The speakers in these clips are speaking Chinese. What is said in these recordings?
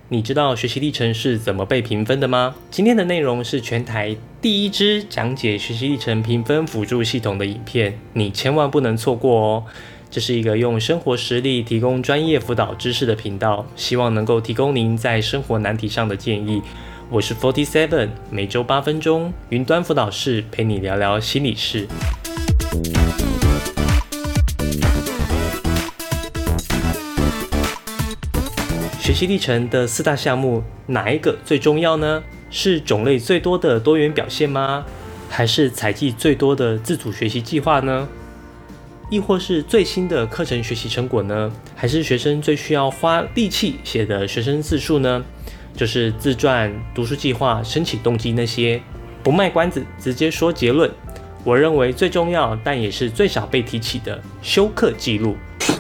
你知道学习历程是怎么被评分的吗？今天的内容是全台第一支讲解学习历程评分辅助系统的影片，你千万不能错过哦。这是一个用生活实例提供专业辅导知识的频道，希望能够提供您在生活难题上的建议。我是 47， 每周8分钟，云端辅导室陪你聊聊心理事。学习历程的4大项目，哪一个最重要呢？是种类最多的多元表现吗？还是采集最多的自主学习计划呢？亦或是最新的课程学习成果呢？还是学生最需要花力气写的学生自述呢？就是自传、读书计划、申请动机那些。不卖关子，直接说结论。我认为最重要，但也是最少被提起的修课记录。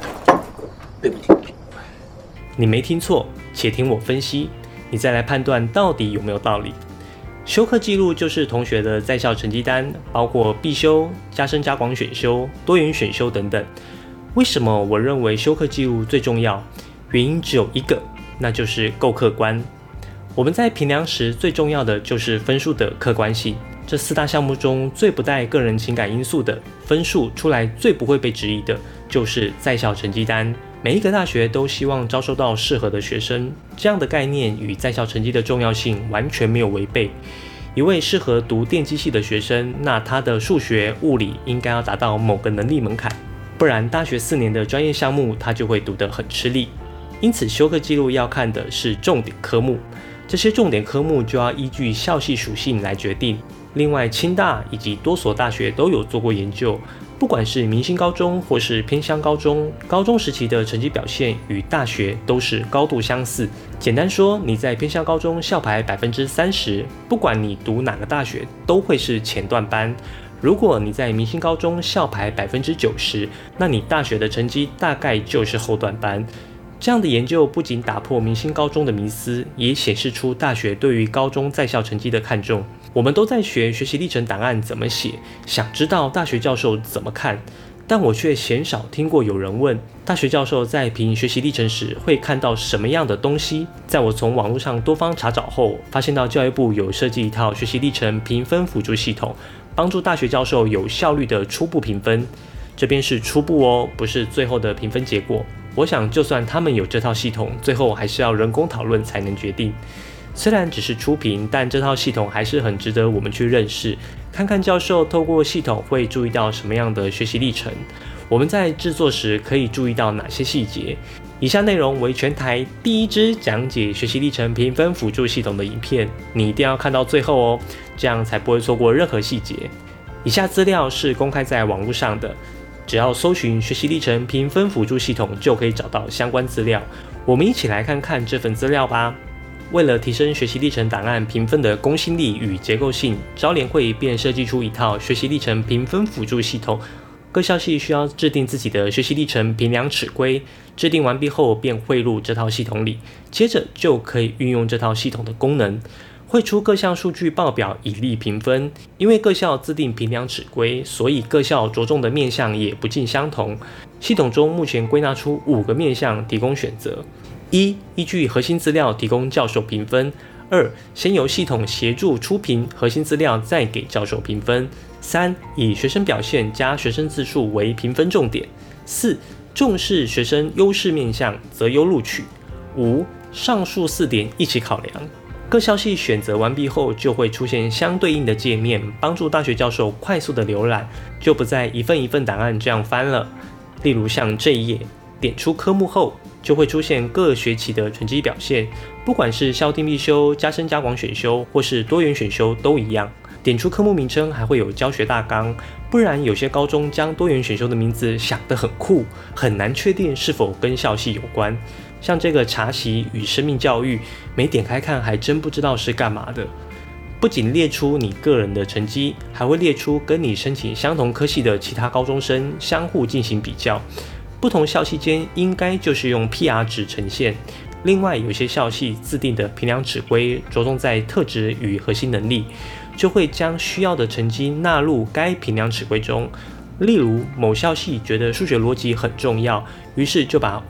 你没听错，且听我分析，你再来判断到底有没有道理。修课记录就是同学的在校成绩单，包括必修、加深加广选修、多元选修等等。为什么我认为修课记录最重要？原因只有一个，那就是够客观。我们在评量时最重要的就是分数的客观性。这4大项目中最不带个人情感因素的，分数出来最不会被质疑的，就是在校成绩单。每一个大学都希望招收到适合的学生，这样的概念与在校成绩的重要性完全没有违背。一位适合读电机系的学生，那他的数学、物理应该要达到某个能力门槛，不然大学4年的专业项目他就会读得很吃力。因此修课记录要看的是重点科目，这些重点科目就要依据校系属性来决定。另外，清大以及多所大学都有做过研究，不管是明星高中或是偏乡高中，高中时期的成绩表现与大学都是高度相似。简单说，你在偏乡高中校排30%，不管你读哪个大学，都会是前段班。如果你在明星高中校排90%，那你大学的成绩大概就是后段班。这样的研究不仅打破明星高中的迷思，也显示出大学对于高中在校成绩的看重。我们都在学学习历程档案怎么写，想知道大学教授怎么看，但我却鲜少听过有人问大学教授在评学习历程时会看到什么样的东西。在我从网络上多方查找后，发现到教育部有设计一套学习历程评分辅助系统，帮助大学教授有效率的初步评分。这边是初步哦，不是最后的评分结果。我想就算他们有这套系统，最后还是要人工讨论才能决定。虽然只是初评，但这套系统还是很值得我们去认识，看看教授透过系统会注意到什么样的学习历程，我们在制作时可以注意到哪些细节。以下内容为全台第一支讲解学习历程评分辅助系统的影片，你一定要看到最后哦，这样才不会错过任何细节。以下资料是公开在网络上的，只要搜寻学习历程评分辅助系统就可以找到相关资料。我们一起来看看这份资料吧。为了提升学习历程档案评分的公信力与结构性，招联会便设计出一套学习历程评分辅助系统。各校系需要制定自己的学习历程评量尺规，制定完毕后便汇入这套系统里，接着就可以运用这套系统的功能，绘出各项数据报表以利评分。因为各校自定评量尺规，所以各校着重的面向也不尽相同。系统中目前归纳出5个面向提供选择。1. 依据核心资料提供教授评分。2. 先由系统协助初评核心资料，再给教授评分。3. 以学生表现加学生自述为评分重点。4. 重视学生优势面向，择优录取。5. 上述4点一起考量。各校系选择完毕后，就会出现相对应的界面，帮助大学教授快速的浏览，就不再一份一份档案这样翻了。例如像这一页，点出科目后，就会出现各学期的成绩表现，不管是校定必修、加深加广选修或是多元选修都一样。点出科目名称还会有教学大纲，不然有些高中将多元选修的名字想得很酷，很难确定是否跟校系有关。像这个茶席与生命教育，没点开看还真不知道是干嘛的。不仅列出你个人的成绩，还会列出跟你申请相同科系的其他高中生，相互进行比较。不同校系间应该就是用 PR 值呈现。另外，有些校系自定的评量尺规着重在特质与核心能力，就会将需要的成绩纳入该评量尺规中。例如，某校系觉得数学逻辑很重要，于是就把物理、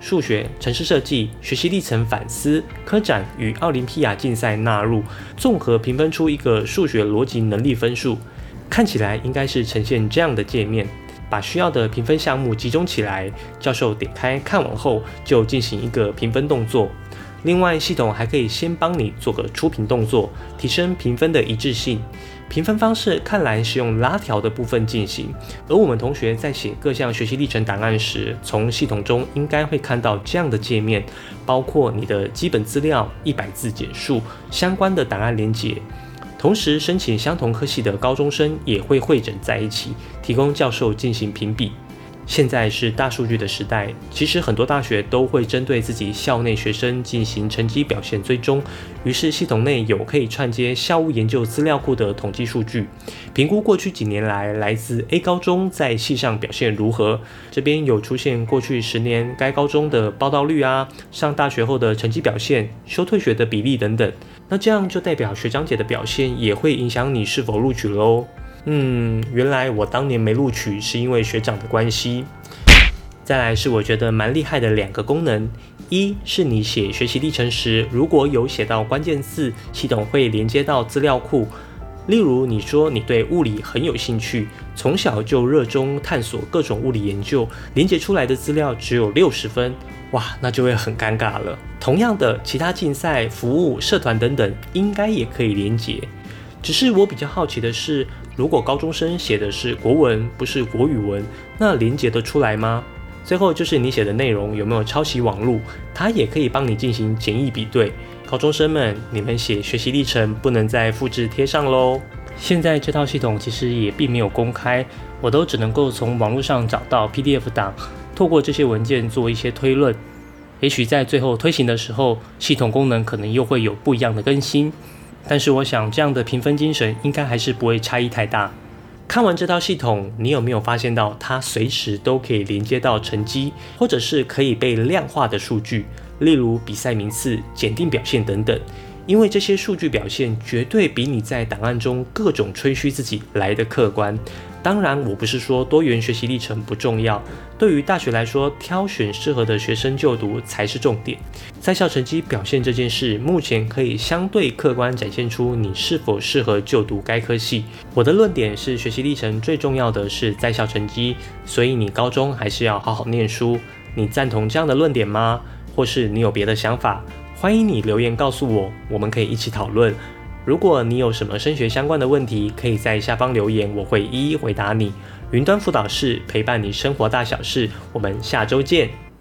数学、程式设计、学习历程反思、科展与奥林匹亚竞赛纳入，综合评分出一个数学逻辑能力分数。看起来应该是呈现这样的界面，把需要的评分项目集中起来，教授点开看完后就进行一个评分动作。另外，系统还可以先帮你做个初评动作，提升评分的一致性。评分方式看来是用拉条的部分进行，而我们同学在写各项学习历程档案时，从系统中应该会看到这样的界面，包括你的基本资料、100字简述、相关的档案连结。同时，申请相同科系的高中生也会汇整在一起，提供教授进行评比。现在是大数据的时代，其实很多大学都会针对自己校内学生进行成绩表现追踪，于是系统内有可以串接校务研究资料库的统计数据，评估过去几年来自 A 高中在系上表现如何。这边有出现过去10年该高中的报到率啊，上大学后的成绩表现、修退学的比例等等。那这样就代表学长姐的表现也会影响你是否录取咯。原来我当年没录取是因为学长的关系。再来是我觉得蛮厉害的2个功能，一是你写学习历程时，如果有写到关键字，系统会连接到资料库。例如你说你对物理很有兴趣，从小就热衷探索各种物理研究，连接出来的资料只有60分，哇，那就会很尴尬了。同样的，其他竞赛、服务、社团等等，应该也可以连接。只是我比较好奇的是，如果高中生写的是国文，不是国语文，那连结得出来吗？最后就是你写的内容有没有抄袭网路，它也可以帮你进行简易比对。高中生们，你们写学习历程不能再复制贴上咯。现在这套系统其实也并没有公开，我都只能够从网络上找到 PDF 档，透过这些文件做一些推论。也许在最后推行的时候，系统功能可能又会有不一样的更新。但是我想这样的评分精神应该还是不会差异太大。看完这套系统，你有没有发现到它随时都可以连接到成绩，或者是可以被量化的数据，例如比赛名次、检定表现等等。因为这些数据表现绝对比你在档案中各种吹嘘自己来的客观。当然，我不是说多元学习历程不重要，对于大学来说，挑选适合的学生就读才是重点。在校成绩表现这件事，目前可以相对客观展现出你是否适合就读该科系。我的论点是，学习历程最重要的是在校成绩，所以你高中还是要好好念书。你赞同这样的论点吗？或是你有别的想法？欢迎你留言告诉我，我们可以一起讨论。如果你有什么升学相关的问题，可以在下方留言，我会一一回答你。云端辅导室陪伴你生活大小事，我们下周见。